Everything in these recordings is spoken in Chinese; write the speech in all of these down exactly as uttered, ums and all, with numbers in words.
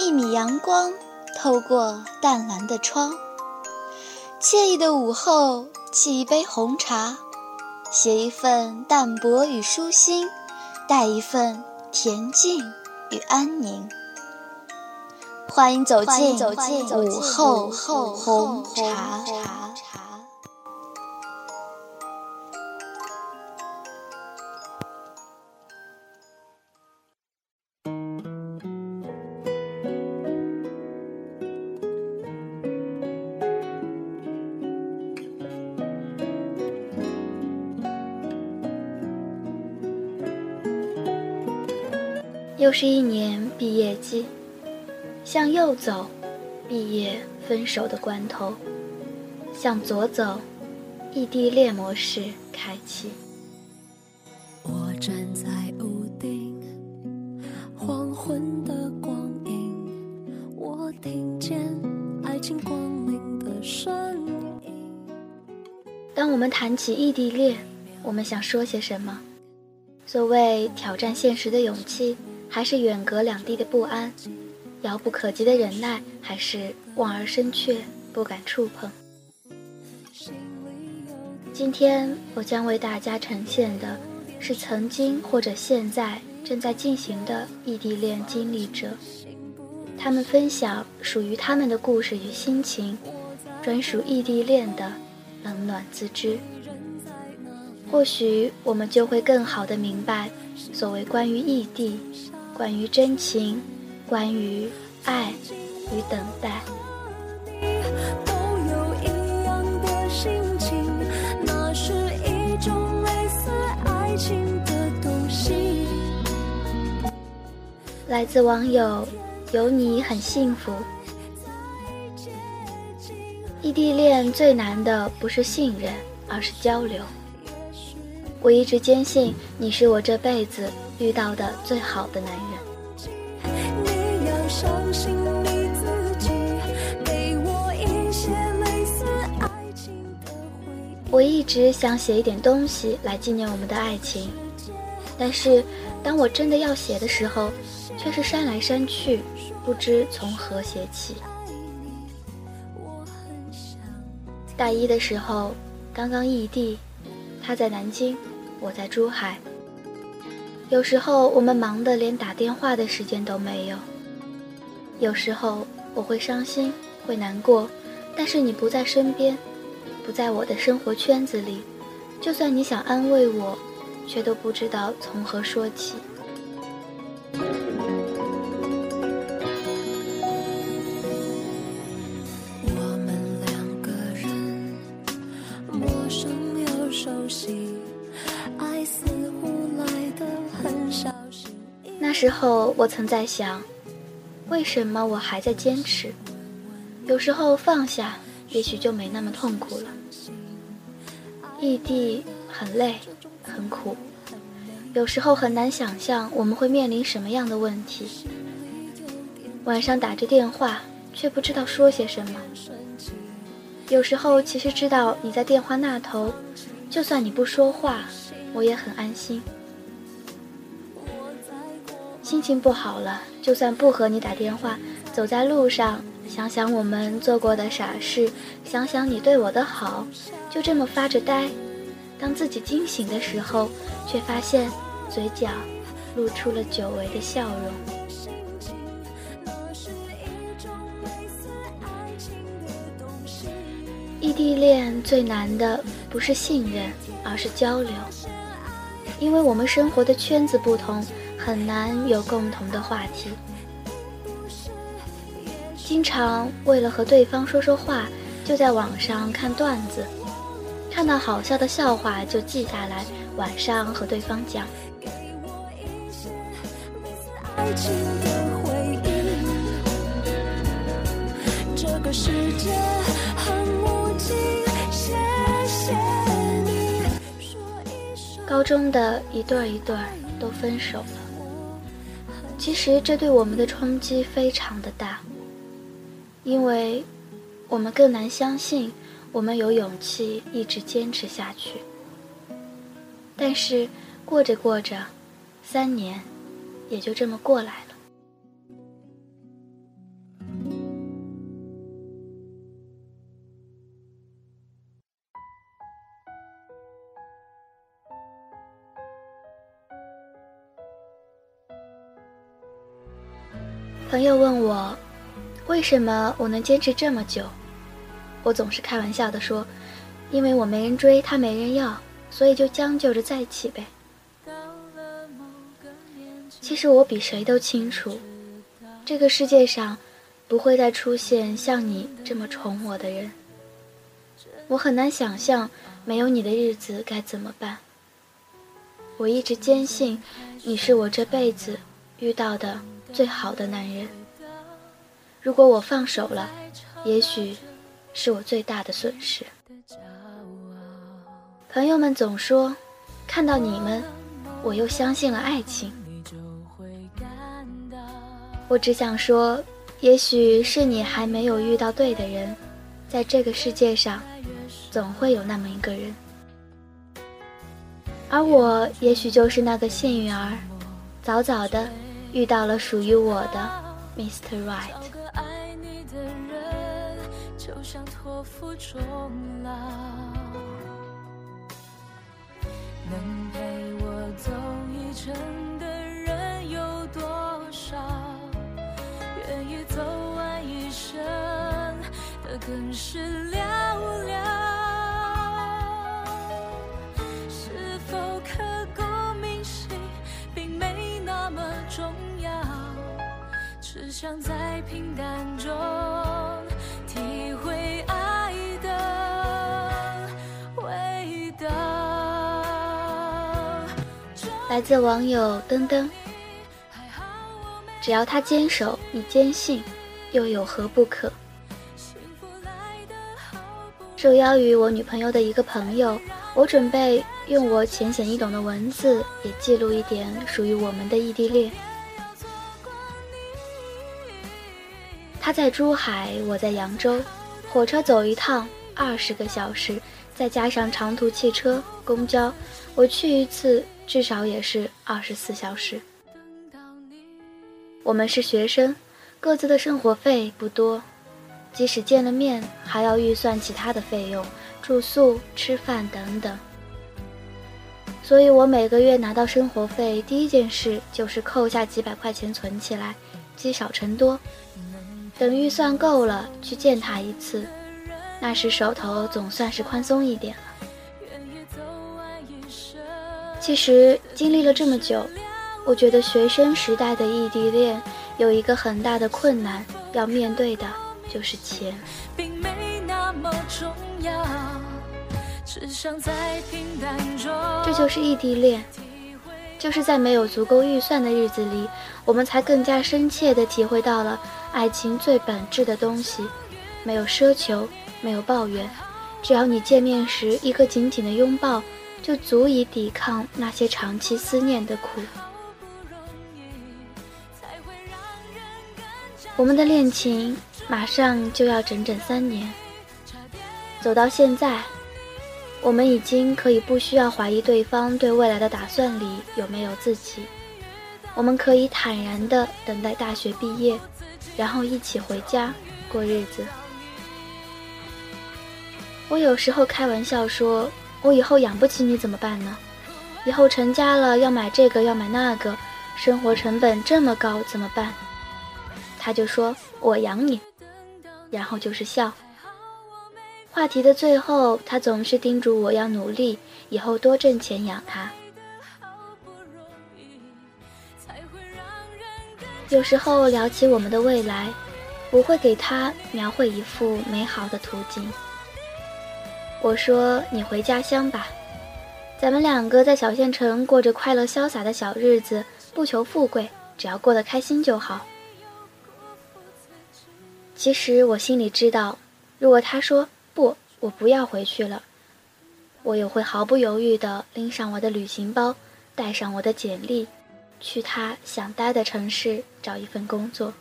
一米阳光透过淡蓝的窗，惬意的午后，沏一杯红茶，写一份淡泊与舒心，带一份恬静与安宁。欢迎走进午后红茶。 又是一年毕业季，向右走，毕业分手的关头；向左走，异地恋模式开启。 我站在屋顶，黄昏的光影，我听见爱情光临的声音。 当我们谈起异地恋，我们想说些什么？所谓挑战现实的勇气，还是远隔两地的不安，遥不可及的忍耐，还是望而生却不敢触碰。今天我将为大家呈现的是曾经或者现在正在进行的异地恋经历者，他们分享属于他们的故事与心情，专属异地恋的冷暖自知。或许我们就会更好地明白，所谓关于异地，关于真情，关于爱与等待。 都有一样的心情，那是一种类似爱情的东西。 来自网友有你很幸福。异地恋最难的不是信任，而是交流。我一直坚信你是我这辈子遇到的最好的男人。 你要相信你自己，给我一些类似爱情的回忆。 我一直想写一点东西来纪念我们的爱情，但是当我真的要写的时候，却是删来删去，不知从何写起。大一的时候刚刚异地，他在南京，我在珠海。有时候我们忙得连打电话的时间都没有，有时候我会伤心会难过，但是你不在身边，不在我的生活圈子里，就算你想安慰我，却都不知道从何说起。 我们两个人陌生又熟悉，爱似乎来得很小心。 那时候我曾在想，为什么我还在坚持？有时候放下也许就没那么痛苦了。异地很累很苦，有时候很难想象我们会面临什么样的问题。晚上打着电话却不知道说些什么，有时候其实知道你在电话那头，就算你不说话，我也很安心。心情不好了，就算不和你打电话，走在路上，想想我们做过的傻事，想想你对我的好，就这么发着呆。当自己惊醒的时候，却发现嘴角露出了久违的笑容。异地恋最难的不是信任，而是交流。因为我们生活的圈子不同，很难有共同的话题。经常为了和对方说说话，就在网上看段子，看到好笑的笑话就记下来，晚上和对方讲。 爱情的回忆，这个世界很无情，谢谢你。 高中的一对儿一对儿都分手了，其实这对我们的冲击非常的大，因为我们更难相信我们有勇气一直坚持下去。但是过着过着，三年也就这么过来了。 朋友问我，为什么我能坚持这么久？我总是开玩笑地说，因为我没人追，他没人要，所以就将就着在一起呗。其实我比谁都清楚，这个世界上不会再出现像你这么宠我的人。我很难想象没有你的日子该怎么办。我一直坚信你是我这辈子遇到的最好的男人。如果我放手了，也许是我最大的损失。朋友们总说，看到你们，我又相信了爱情。我只想说，也许是你还没有遇到对的人，在这个世界上，总会有那么一个人。而我也许就是那个幸运儿，早早的遇到了属于我的 Mister Right。就像托付终老，能陪我走一程的人有多少？愿意走完一生的更是寥寥。是否刻骨铭心，并没那么重要，只想在平淡中体会爱的味道。来自网友登登，只要他坚守，你坚信，又有何不可？受邀于我女朋友的一个朋友，我准备用我浅显易懂的文字，也记录一点属于我们的异地恋。他在珠海，我在扬州，火车走一趟二十个小时，再加上长途汽车、公交，我去一次至少也是二十四小时。我们是学生，各自的生活费不多，即使见了面，还要预算其他的费用，住宿、吃饭等等。所以我每个月拿到生活费，第一件事就是扣下几百块钱存起来，积少成多。等预算够了，去见他一次，那时手头总算是宽松一点了。其实经历了这么久，我觉得学生时代的异地恋有一个很大的困难要面对的，就是钱。并没那么重要，只想在平淡中。这就是异地恋，就是在没有足够预算的日子里，我们才更加深切地体会到了爱情最本质的东西，没有奢求，没有抱怨，只要你见面时一个紧紧的拥抱，就足以抵抗那些长期思念的苦。我们的恋情马上就要整整三年，走到现在，我们已经可以不需要怀疑对方对未来的打算里有没有自己，我们可以坦然地等待大学毕业，然后一起回家过日子。我有时候开玩笑说，我以后养不起你怎么办呢？以后成家了要买这个要买那个，生活成本这么高怎么办？他就说我养你，然后就是笑。话题的最后，他总是叮嘱我要努力，以后多挣钱养他。有时候聊起我们的未来，我会给他描绘一幅美好的图景。我说你回家乡吧，咱们两个在小县城过着快乐潇洒的小日子，不求富贵，只要过得开心就好。其实我心里知道，如果他说不，我不要回去了，我也会毫不犹豫地拎上我的旅行包，带上我的简历，去他想待的城市找一份工作。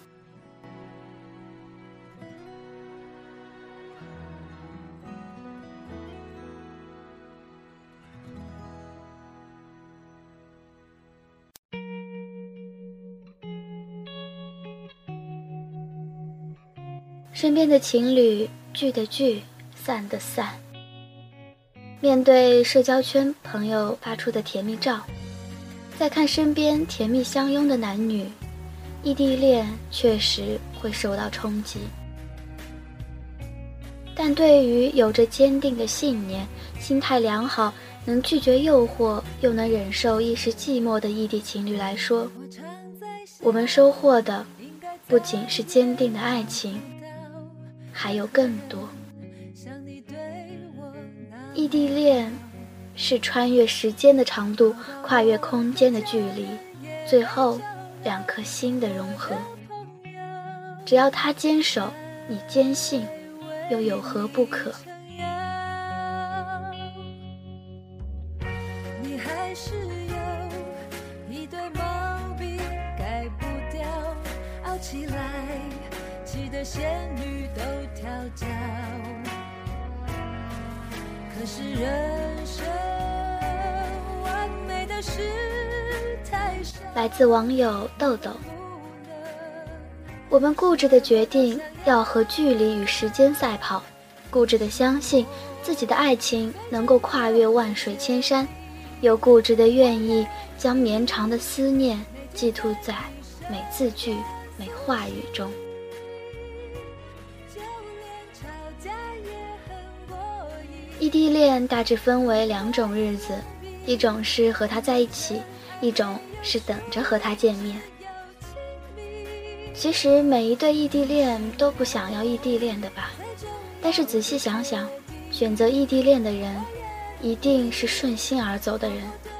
身边的情侣聚的聚，散的散。面对社交圈朋友发出的甜蜜照，再看身边甜蜜相拥的男女， 异地恋确实会受到冲击。但对于有着坚定的信念、心态良好、能拒绝诱惑又能忍受一时寂寞的异地情侣来说，我们收获的不仅是坚定的爱情，还有更多。异地恋是穿越时间的长度，跨越空间的距离，最后两颗心的融合。只要他坚守，你坚信，又有何不可？ 你还是有一堆毛病改不掉，傲起来气得仙女都跳脚。可是人生完美的事太少。 来自网友豆豆，我们固执地决定要和距离与时间赛跑，固执地相信自己的爱情能够跨越万水千山，又固执地愿意将绵长的思念寄托在每字句每话语中。异地恋大致分为两种日子，一种是和他在一起，一种是等着和他见面。其实每一对异地恋都不想要异地恋的吧，但是仔细想想，选择异地恋的人一定是顺心而走的人。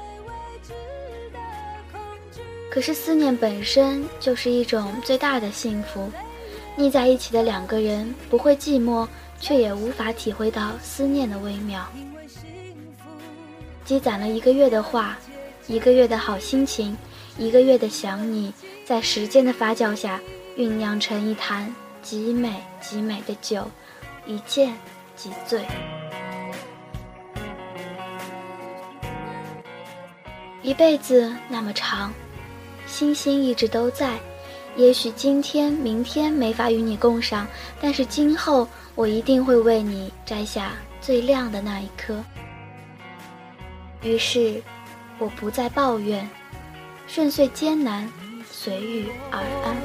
可是思念本身就是一种最大的幸福，腻在一起的两个人不会寂寞，却也无法体会到思念的微妙。积攒了一个月的话，一个月的好心情，一个月的想你，在时间的发酵下酝酿成一坛极美极美的酒，一见即醉。一辈子那么长，星星一直都在，也许今天明天没法与你共赏，但是今后我一定会为你摘下最亮的那一颗。于是我不再抱怨，顺遂艰难，随遇而安。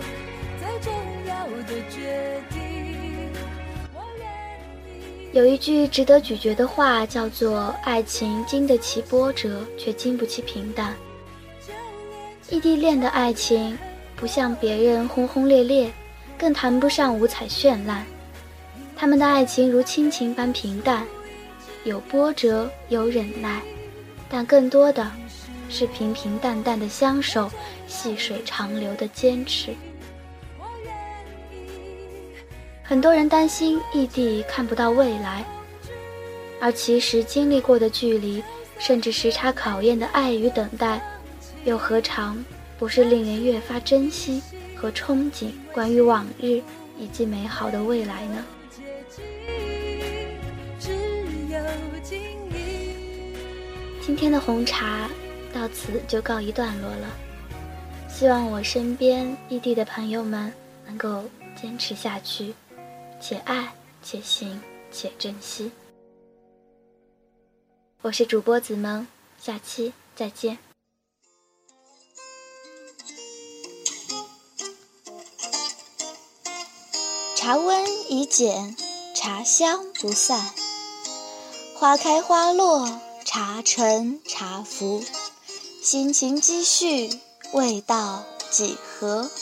有一句值得咀嚼的话，叫做爱情经得起波折，却经不起平淡。异地恋的爱情不像别人轰轰烈烈，更谈不上五彩绚烂，他们的爱情如亲情般平淡，有波折，有忍耐，但更多的是平平淡淡的相守，细水长流的坚持。很多人担心异地看不到未来，而其实经历过的距离，甚至时差考验的爱与等待，又何尝不是令人越发珍惜和憧憬关于往日以及美好的未来呢？今天的红茶到此就告一段落了，希望我身边异地的朋友们能够坚持下去，且爱且行且珍惜。我是主播子萌，下期再见。 茶温已减，茶香不散，花开花落，茶沉茶浮，心情积蓄，味道几何？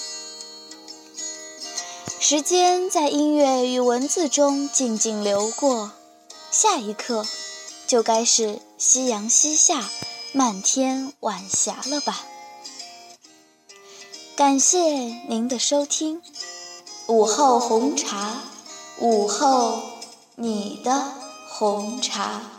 时间在音乐与文字中静静流过，下一刻就该是夕阳西下，漫天晚霞了吧？感谢您的收听，午后红茶，午后你的红茶。